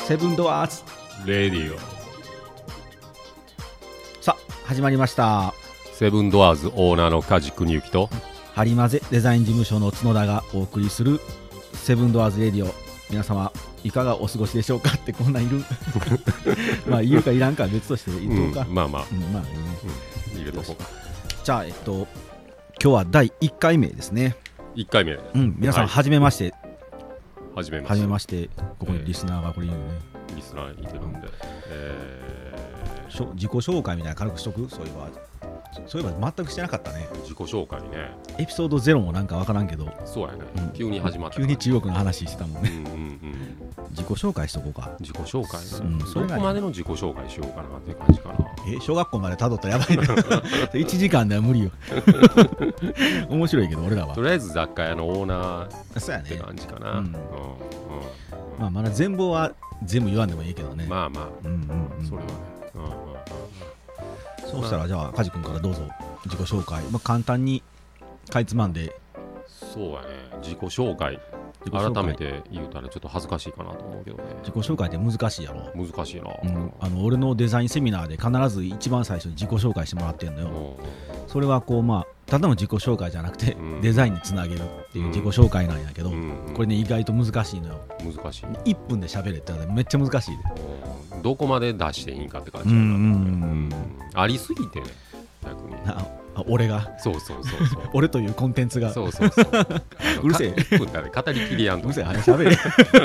セブンドアーズレディオ。 さあ始まりました。 セブンドアーズオーナーの梶邦之とハリマゼデザイン事務所の角田がお送りするセブンドアーズレディオ。皆様いかがお過ごしでしょうかってこんなんいるまあいるかいらんかは別として言っとくか、 まあまあ、 まあいいね、 入れとこうか。 じゃあ今日は第1回目ですね。 1回目、 皆さん、 はい、 はじめまして。 はじめまして。 ここにリスナーがこれ言うよね、 リスナーいてるんで、 自己紹介みたいな軽くしとく。そういえば全くしてなかったね。 自己紹介ね。 エピソード0もなんか分からんけど、 そうやね、急に始まった、 急に中国の話してたもんね。自己紹介しとこうか。 自己紹介ね、 それどこまでの自己紹介しようかなって感じかな。 小学校までたどったらやばいね1時間では無理よ面白いけど俺らはとりあえず雑貨屋のオーナーって感じかな。 まあまだ全貌は全部言わんでもいいけどね。 まあまあ、それはね、 そうしたらじゃあ梶君からどうぞ自己紹介、簡単にかいつまんで。 そうやね、自己紹介改めて言うたらちょっと恥ずかしいかなと思うけどね。 自己紹介って難しいやろ。 難しいな、 俺のデザインセミナーで必ず一番最初に自己紹介してもらってんのよ。それはただの自己紹介じゃなくて、デザインにつなげるっていう自己紹介なんやけど、これね意外と難しいのよ。 難しい。 1分で喋れって言ったらめっちゃ難しいで。 どこまで出していいんかって感じなんだ、ありすぎてね、逆に。 俺がそう俺というコンテンツがそううるせえ 1分だね、語りきりやんと。 うるせえ話喋れ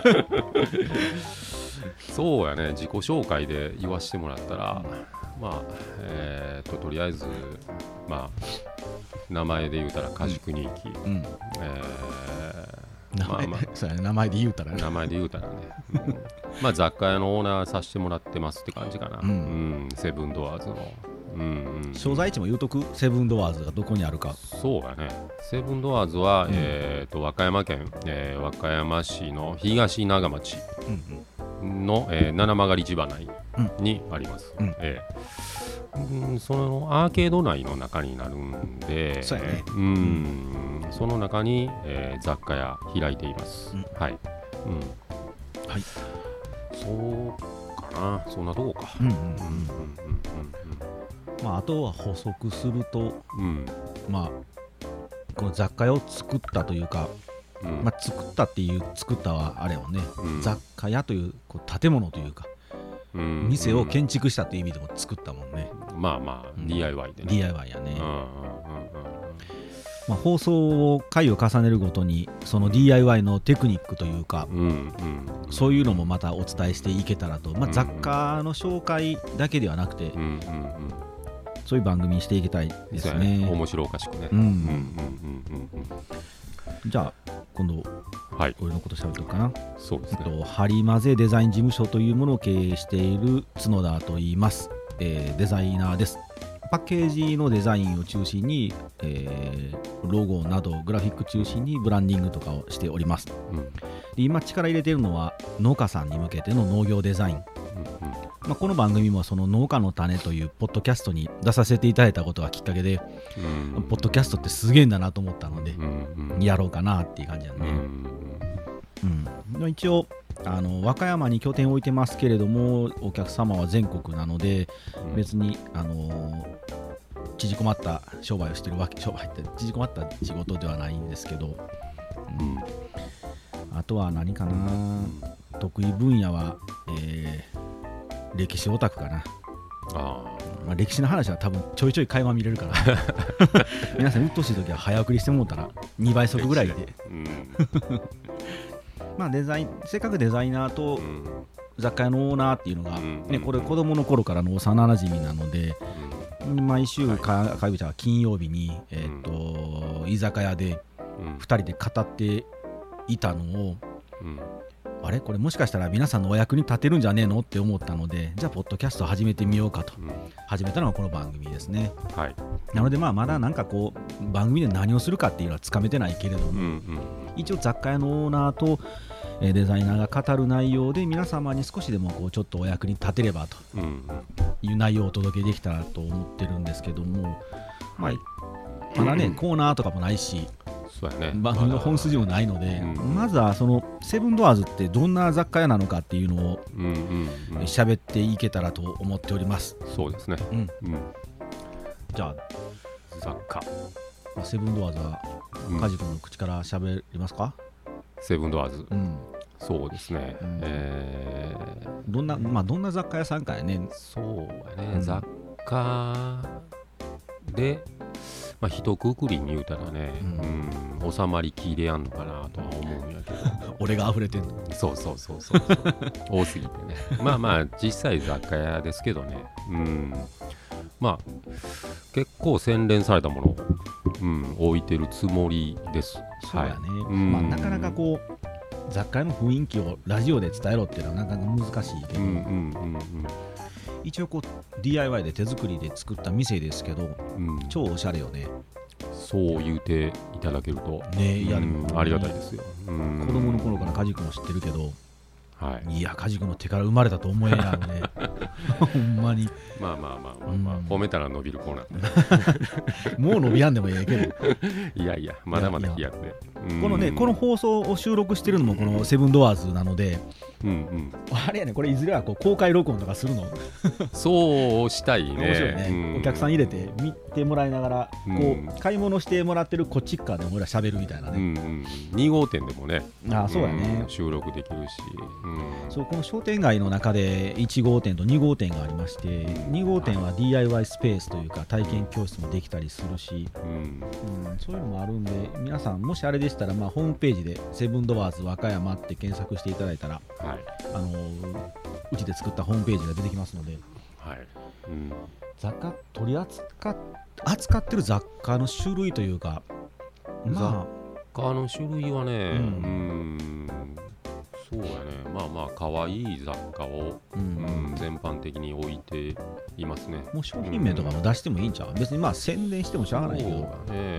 そうやね、自己紹介で言わしてもらったら、とりあえず名前で言うたら梶邦之、 そうやね、名前で言うたらね、 雑貨屋のオーナーさせてもらってますって感じかな。セブンドアーズの所在地も言うとく。セブンドアーズがどこにあるか。 そうやね、セブンドアーズは、和歌山県、和歌山市の東長町の、七曲市場内にあります。そのアーケード内の中になるんで、 そうやね、 その中に、雑貨屋開いています。はい、そうかな、そんなとこか。 あとは補足すると、この雑貨屋を作ったというか、作ったはあれをね、雑貨屋という建物というか、店を建築したという意味でも作ったもんね。 DIY でね。 DIY やね。放送を回を重ねるごとにその DIY のテクニックというか、そういうのもまたお伝えしていけたらと、雑貨の紹介だけではなくて、そういう番組にしていきたいですね。 面白おかしくね。 じゃあ今度、俺のこと喋っておくかな。 そうですね。 ハリマゼデザイン事務所というものを経営している角田と言います。デザイナーです。パッケージのデザインを中心に、ロゴなどグラフィック中心にブランディングとかをしております。で今力入れているのは農家さんに向けての農業デザイン。この番組もその農家の種というポッドキャストに出させていただいたことがきっかけで、ポッドキャストってすげえんだなと思ったので、やろうかなっていう感じだね。一応和歌山に拠点を置いてますけれども、お客様は全国なので、別に縮こまった商売をしてるわけ、商売って縮こまった仕事ではないんですけど、あとは何かな、得意分野は、歴史オタクかな。歴史の話は多分ちょいちょい垣間見れるから皆さんうっとうしい時は早送りしてもうたら2倍速ぐらいでデザイン、せっかくデザイナーと雑貨屋のオーナーっていうのが、これ子供の頃からの幼なじみなので、毎週火曜日は金曜日に、居酒屋で2人で語っていたのを、あれこれもしかしたら皆さんのお役に立てるんじゃねえのって思ったので、じゃあポッドキャスト始めてみようかと、始めたのがこの番組ですね。なのでまだなんか番組で何をするかっていうのはつかめてないけれども、一応雑貨屋のオーナーとデザイナーが語る内容で皆様に少しでもちょっとお役に立てればという内容をお届けできたらと思ってるんですけども、まだね、コーナーとかもないし、 そうやね、 番組の本筋もないので、まずはそのセブンドアーズってどんな雑貨屋なのかっていうのを喋っていけたらと思っております。 そうですね、 じゃあ雑貨、 セブンドアーズは梶君の口から喋りますか？ セブンドアーズ、そうですね、 どんな雑貨屋さんかやね。 そうやね、雑貨で一括りに言うたらね、収まりきれやんのかなとは思うんやけど俺が溢れてんの。 そう多すぎてね実際雑貨屋ですけどね、結構洗練されたものを、置いてるつもりです。 そうやね、なかなかこう雑貨屋の雰囲気をラジオで伝えろっていうのはなかなか難しいけど、一応こう DIY で手作りで作った店ですけど、超おしゃれよね。 そう言うていただけるとね、いやでもありがたいですよ。 子供の頃から梶君を知ってるけど、いや梶君の手から生まれたと思えやんねほんまに褒めたら伸びるコーナーもう伸びやんでもええけどいやまだまだ飛躍で、 この放送を収録してるのもこのセブンドアーズなので、あれやね、これいずれはこう公開録音とかするのそうしたいね。 面白いね、お客さん入れて見てもらいながら、こう買い物してもらってるこっちっかで俺ら喋るみたいなね、 2号店でもね、 そうやね、 収録できるし、 そう、この商店街の中で1号店と2号店がありまして、2号店は DIY スペースというか体験教室もできたりするし、そういうのもあるんで、皆さんもしあれでしたら、ホームページでセブンドアーズ和歌山って検索していただいたら、うちで作ったホームページが出てきますので、雑貨取り扱ってる雑貨の種類というか、 雑貨の種類はね、そうやね、可愛い雑貨を、全般的に置いていますね。 もう商品名とかも出してもいいんちゃう？別に宣伝してもしゃあないけど、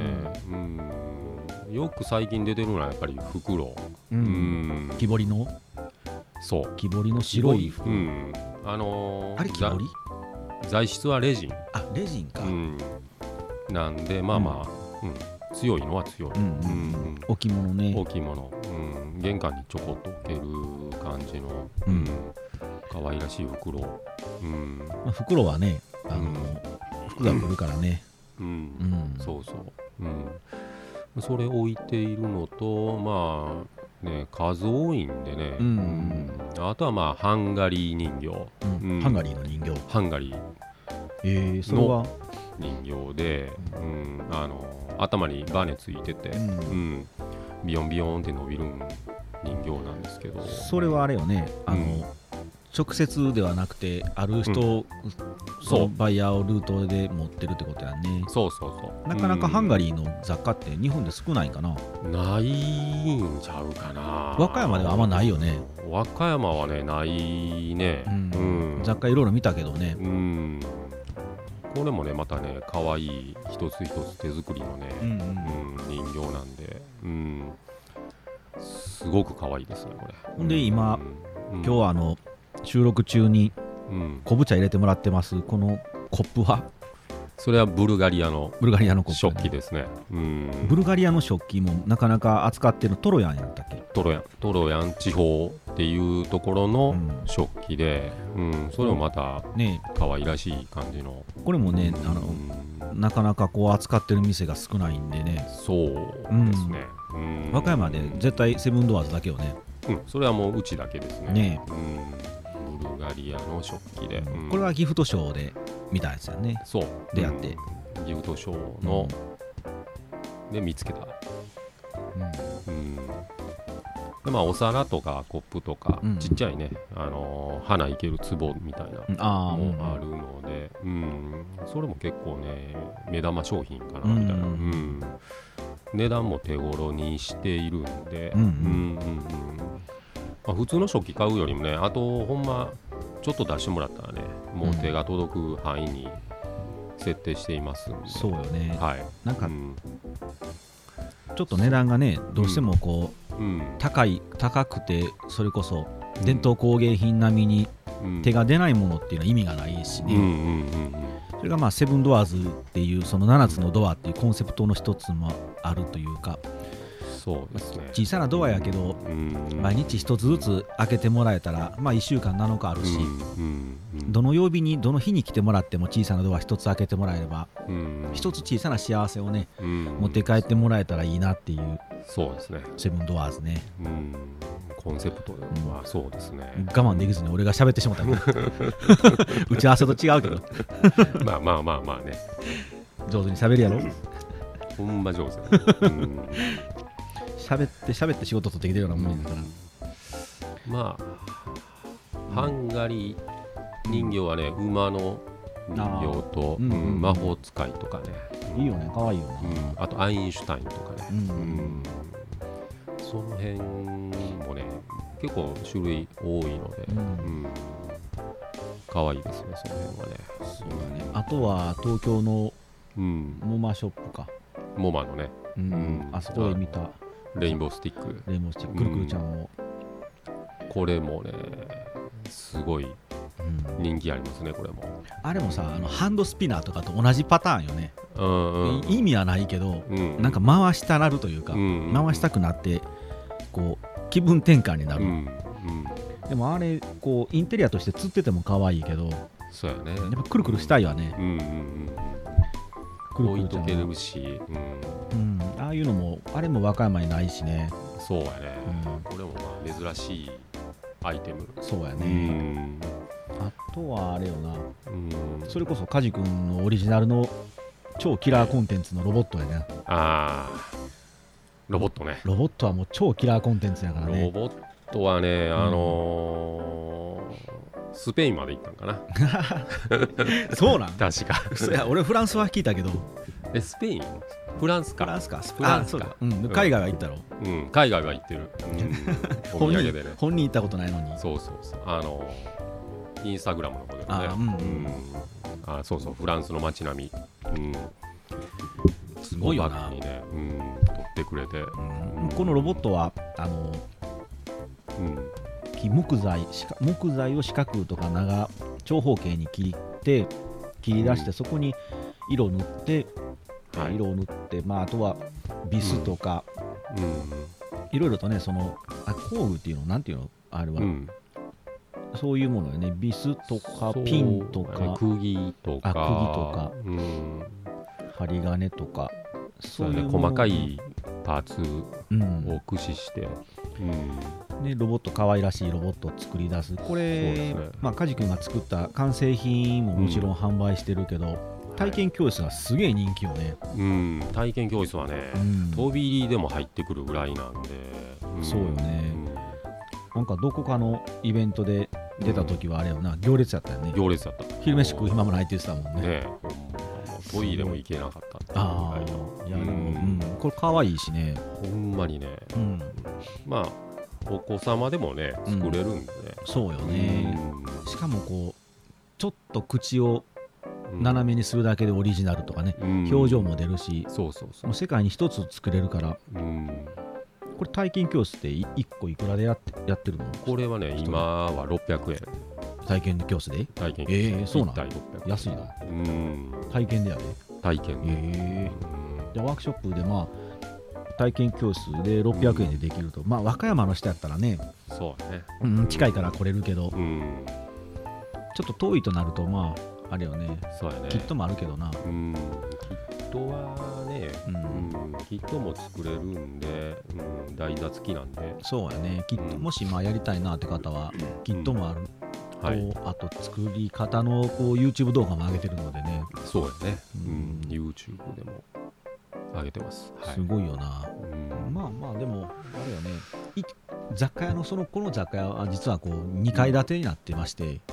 よく最近出てるのはやっぱり袋、 木彫りの、 そう木彫りの白い袋、あれ木彫り？ 材質はレジン。 レジンか、 なんで強いのは強い、 置物ね、 置物、玄関にちょこっと置ける感じの、可愛らしい袋、 袋はね、服が来るからね、 そうそう、それ置いているのと、数多いんでね、あとはハンガリー人形、 ハンガリーの人形、 ハンガリーそれは人形で、頭にバネついてて、ビヨンビヨンって伸びる人形なんですけど、 それはあれよね、直接ではなくてある人、バイヤーをルートで持ってるってことやね。 そうなかなかハンガリーの雑貨って日本で少ないかな。 ないんちゃうかな。 和歌山ではあんまないよね。 和歌山はね、ないね、 雑貨いろいろ見たけどね、 これもねまたね可愛い一つ一つ手作りのね、人形なんで、すごく可愛いですねこれ。 ほんで今日は収録中に昆布茶入れてもらってます。このコップはそれはブルガリアのコップ、 食器ですね。 ブルガリアの食器もなかなか扱ってるトロヤンやったっけ？トロヤン地方っていうところの食器で、それもまた可愛らしい感じの、 これもねなかなかこう扱ってる店が少ないんでね。 そうですね、 和歌山で絶対セブンドアーズだけよね。 それはもううちだけですね。ブルガリアの食器で、 これはギフトショーで見たやつやね。 そう出会って、 ギフトショーの、で見つけた。でお皿とかコップとか、ちっちゃいね、花いける壺みたいなもあるので、それも結構ね目玉商品かなみたいな、値段も手頃にしているんで、普通の食器買うよりもね、あとほんまちょっと出してもらったらね、もう手が届く範囲に設定していますんで。 そうよね、なんか、ちょっと値段がねどうしてもこう、高くて、それこそ伝統工芸品並みに手が出ないものっていうのは意味がないしね、 それがまあセブンドアーズっていうその7つのドアっていうコンセプトの一つもあるというか、 そうですね、 小さなドアやけど、毎日一つずつ開けてもらえたら、まあ、1週間7日あるし、どの曜日にどの日に来てもらっても小さなドア一つ開けてもらえれば、一つ小さな幸せをね、持って帰ってもらえたらいいなっていう。 そうですね、 セブンドアーズね、 コンセプトはそうですね、 我慢できずに俺が喋ってしまったけど打ち合わせと違うけどまあね、 上手に喋るやろほんま上手だね、 喋って仕事取ってきてるようなもんだから、 まあハンガリー人形はね、馬の人形と、魔法使いとかね、 いいよね、かわいいよな、 あとアインシュタインとかね、その辺もね結構種類多いので、かわいいですね、その辺はね。 そうだね。あとは東京のモマショップか、 モマのね、 あそこで見たレインボースティック、 くるくるちゃんも、 これもねすごい人気ありますね。これもあれもさ、ハンドスピナーとかと同じパターンよね。意味はないけど、なんか回したなるというか、回したくなってこう気分転換になる。でもあれこうインテリアとして釣ってても可愛いけど、 そうやね、 やっぱくるくるしたいわね。 置いとけるし、 ああいうのもあれも和歌山にないしね。 そうやね、これもまあ珍しいアイテム。 そうやね。あとはあれよな、それこそ梶君のオリジナルの超キラーコンテンツのロボットやね。 ロボットね。 ロボットはもう超キラーコンテンツやからね。 ロボットはね、スペインまで行ったんかなそうなん確かいや俺フランスは聞いたけど、 スペイン、フランスか、 海外は行ったろ。 海外は行ってる、お土産でね。 本人行ったことないのに。 そうインスタグラムの方でもね、そうそう、フランスの街並み、 すごいよな。 バッグにね、撮ってくれて、 このロボットは木材を四角とか長方形に切り出して、そこに色を塗って、あとはビスとか、いろいろとね、その工具っていうのなんていうのあれは、そういうものよね。ビスとかピンとか釘とか針金とか、 そういう細かいパーツを駆使して、 ロボット、可愛らしいロボットを作り出す。これ、梶君が作った完成品ももちろん販売してるけど、体験教室がすげえ人気よね。 体験教室はね、飛び入りでも入ってくるぐらいなんで、 そうよね。なんかどこかのイベントで出た時はあれよな、行列やったよね。 行列だった。 昼飯食う暇もないって言ってたもんね。 トイレも行けなかったっていうぐらいの。 これ可愛いしね。 ほんまにね。まあお子様でもね作れるんでね。 そうよね。しかもこうちょっと口を斜めにするだけでオリジナルとかね、表情も出るし、世界に一つ作れるから。これ体験教室って1個いくらでやってるの？ これはね、今は600円。 体験教室で？ 体験教室。 そうなん？安いな。体験でやで。 体験。 じゃあワークショップで体験教室で600円でできると、和歌山の人やったらね、 そうね。 近いから来れるけど、ちょっと遠いとなるとあれよね。 そうやね。 キットもあるけどな。 キットはね、キットも作れるんで、台座付きなんで。 そうやね。キットもしやりたいなって方はキットもある。あと作り方のYouTube 動画も上げてるのでね。 そうやね。YouTube でも上げてます。 すごいよな。でもあれよね。雑貨屋のこの雑貨屋は実は2階建てになってまして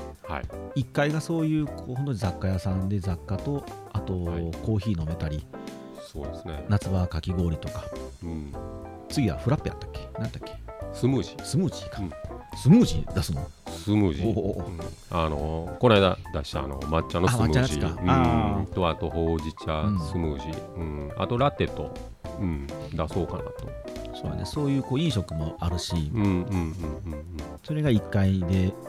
。1階がそういう本当に雑貨屋さんで、雑貨とあとコーヒー飲めたり、 そうですね、 夏場はかき氷とか、次はフラッペやったっけ、何だっけ、 スムージーか、 スムージー出すの？ スムージー、この間出した抹茶のスムージーと、あとほうじ茶スムージー、あとラテと、出そうかなと。 そうやね、そういう飲食もあるし、それが1階で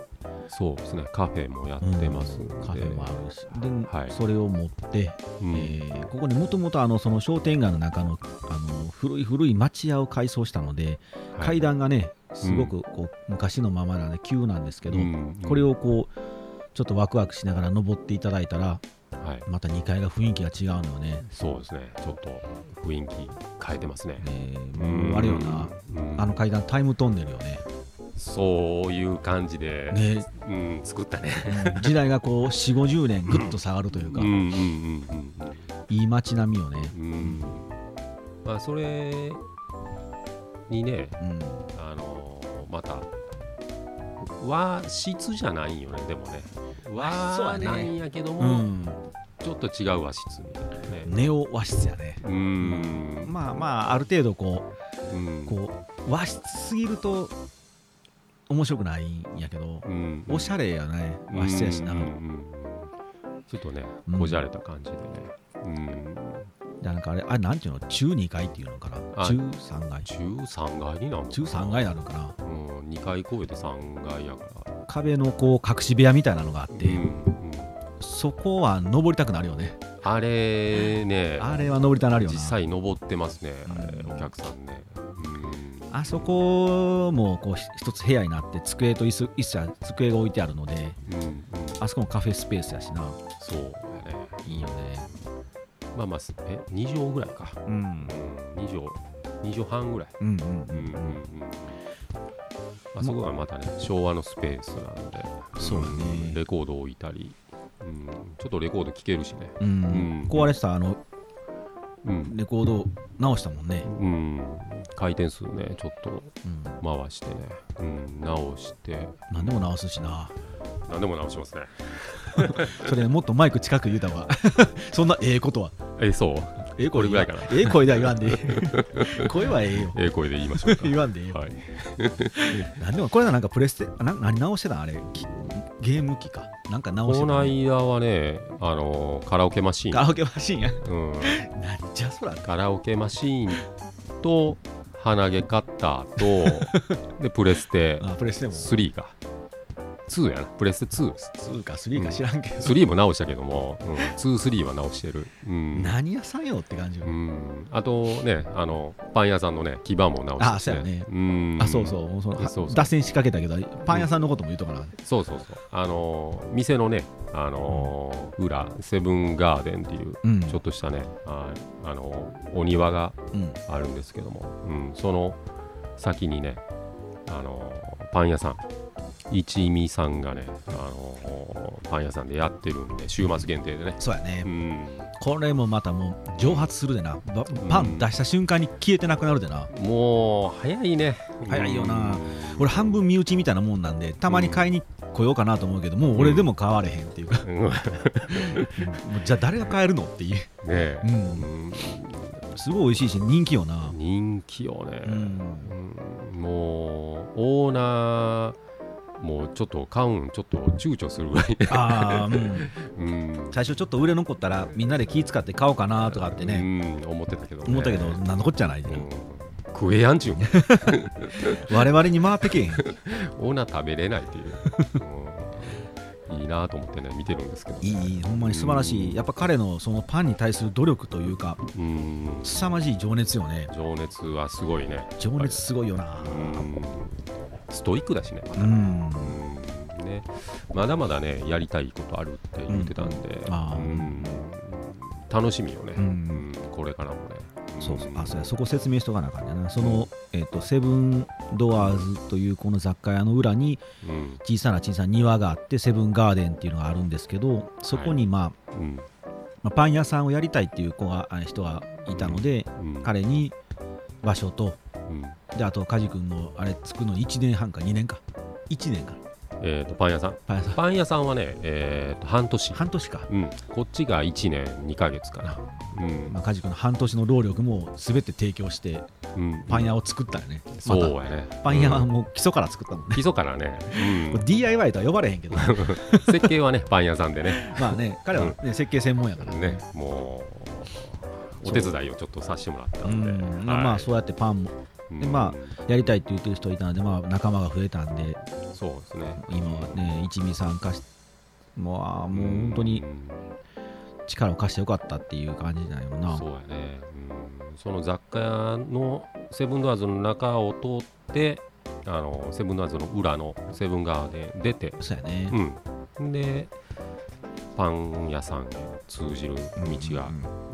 そうですね、カフェもやってますので、 カフェもあるしで、それを持って、ここにもともとその商店街の中の古い町屋を改装したので、階段がねすごくこう昔のままなんで急なんですけど、これをこうちょっとワクワクしながら登っていただいたら、また2階が雰囲気が違うのよね。 そうですね、ちょっと雰囲気変えてますね。 もうあれよな、階段タイムトンネルよね。 そういう感じで、作ったね。 時代がこう4、50年ぐっと下がるというか、いい街並みよね。 まあそれにね、また和室じゃないよね。でもね、和なんやけども、ちょっと違う和室みたいなね。 ネオ和室やね。まあある程度こう和室すぎると面白くないんやけど、おしゃれやね、和室やしな。 ちょっとね、こじゃれた感じでね。 なんかあれなんていうの、中2階っていうのかな、中3階。 中3階になるのかな。 中3階なのかな。 2階超えて3階やから。 壁のこう隠し部屋みたいなのがあって、そこは登りたくなるよね。 あれね、 あれは登りたくなるよな。 実際登ってますね、お客さんね。 あそこもこう一つ部屋になって、机と椅子机が置いてあるので、あそこもカフェスペースやしな。 そうやね、 いいよね。 まあ2畳ぐらいか。2畳半ぐらい。あそこはまたね、昭和のスペースなんで、 そうだね、 レコードを置いたり、ちょっとレコード聴けるしね。 壊れてたレコード直したもんね。 回転数ね、ちょっと回してね、直して。 何でも直すしな。 何でも直しますね。 それもっとマイク近く言うたわ。そんなことは。 そう。これぐらいかな。 声では言わんで。声はよ。 声で言いましょうか。 言わんでよ。何でもこれはなんかプレステ、何直してたんあれ。ゲーム機か。なんか直してた。 この間はね、カラオケマシーン。 カラオケマシーンや。なんじゃそら。 カラオケマシーンと鼻毛カッターとでプレステ3か。2やな、プレステ2。 2か3か知らんけど。 3も直したけども、2、3は直してる。 何屋さんよって感じ。 あとね、パン屋さんのね、基板も直して。 そうやね。そう。脱線しかけたけど、パン屋さんのことも言うとかな。 そう。店のね、裏、セブンガーデンっていう、ちょっとしたね、お庭があるんですけども、その先にね、パン屋さん。一味さんがね、パン屋さんでやってるんで、週末限定でね。 そうやね。これもまたもう蒸発するでな。パン出した瞬間に消えてなくなるでな。 もう早いね。 早いよな。俺半分身内みたいなもんなんで、たまに買いに来ようかなと思うけど、もう俺でも買われへんっていうか。じゃあ誰が買えるのっていう。 ね。 すごい美味しいし人気よな。 人気よね。もうオーナーもうちょっと買うんちょっと躊躇するぐらいね。 最初ちょっと売れ残ったらみんなで気使って買おうかなとかってね、 思ってたけど何のこっちゃないで、 食えやんちゅう我々に回ってけへん。 オーナー食べれないっていういいなと思ってね見てるんですけど、 いいほんまに素晴らしい。やっぱ彼のそのパンに対する努力というか、凄まじい情熱よね。 情熱はすごいね。 情熱すごいよな。 ストイックだしね、ね、まだまだねやりたいことあるって言ってたんで、楽しみよね、これからもね。 そこ説明しとかなあかんねな。その、セブンドアーズというこの雑貨屋の裏に小さな庭があって、セブンガーデンっていうのがあるんですけど、そこにパン屋さんをやりたいっていう人がいたので、彼に場所とで、あと梶君のあれ作るのに1年半か2年か1年か。 パン屋さんはね、半年か、 こっちが1年2ヶ月かな。 梶君の半年の労力も全て提供してパン屋を作ったよね。 そうやね。 パン屋はもう基礎から作ったもんね。 基礎からね。 DIY とは呼ばれへんけど設計はねパン屋さんでね。 まあね、彼は設計専門やからね。もうお手伝いをちょっとさせてもらったんで、 まあそうやってパンでまあやりたいって言ってる人いたので、まあ、仲間が増えたんで、 そうですね、 今はね一味参加してもう本当に力を貸してよかったっていう感じだよな。 そうやね、その雑貨屋のセブンドアーズの中を通ってセブンドアーズの裏のセブンガーデン出て、 そうやね、 でパン屋さんへ通じる道が、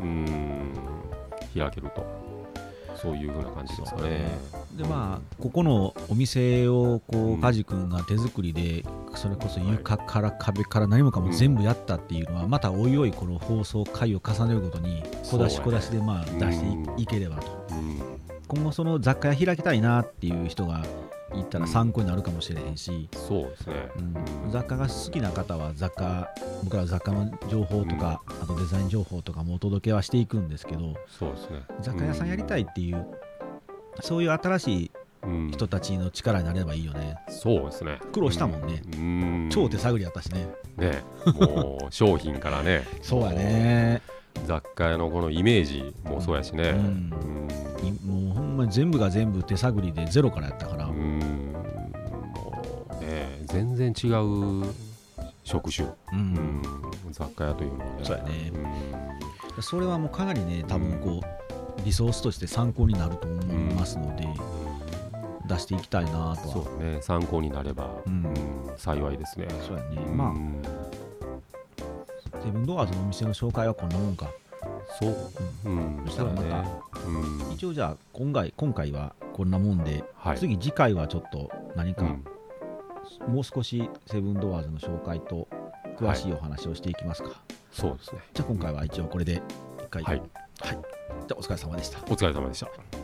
開けると、そういう風な感じですかね。 でまあここのお店をこう梶君が手作りでそれこそ床から壁から何もかも全部やったっていうのは、またおいおいこの放送回を重ねるごとに小出し小出しでまあ出していければと、今後その雑貨屋開きたいなっていう人がいったら参考になるかもしれへんし、 そうですね、 雑貨が好きな方は僕ら雑貨の情報とか、あとデザイン情報とかもお届けはしていくんですけど、 そうですね、 雑貨屋さんやりたいっていう、そういう新しい人たちの力になればいいよね。 そうですね、 苦労したもんね、超手探りやったしね。 もう商品からねそうやね、 雑貨屋のこのイメージもそうやしね、 もうほんまに全部が全部手探りでゼロからやったから、もうね全然違う職種、雑貨屋というのはね。 そうやね、それはもうかなりね多分こうリソースとして参考になると思いますので、出していきたいなとは。 そうね、参考になれば、幸いですね。 そうやね、まあセブンドアーズのお店の紹介はこんなもんか。 そう、 そしたらまた、一応じゃあ今回はこんなもんで、次回はちょっと何か、もう少しセブンドアーズの紹介と詳しいお話をしていきますか。 そうですね。 じゃあ今回は一応これで一回、じゃあお疲れ様でした。 お疲れ様でした。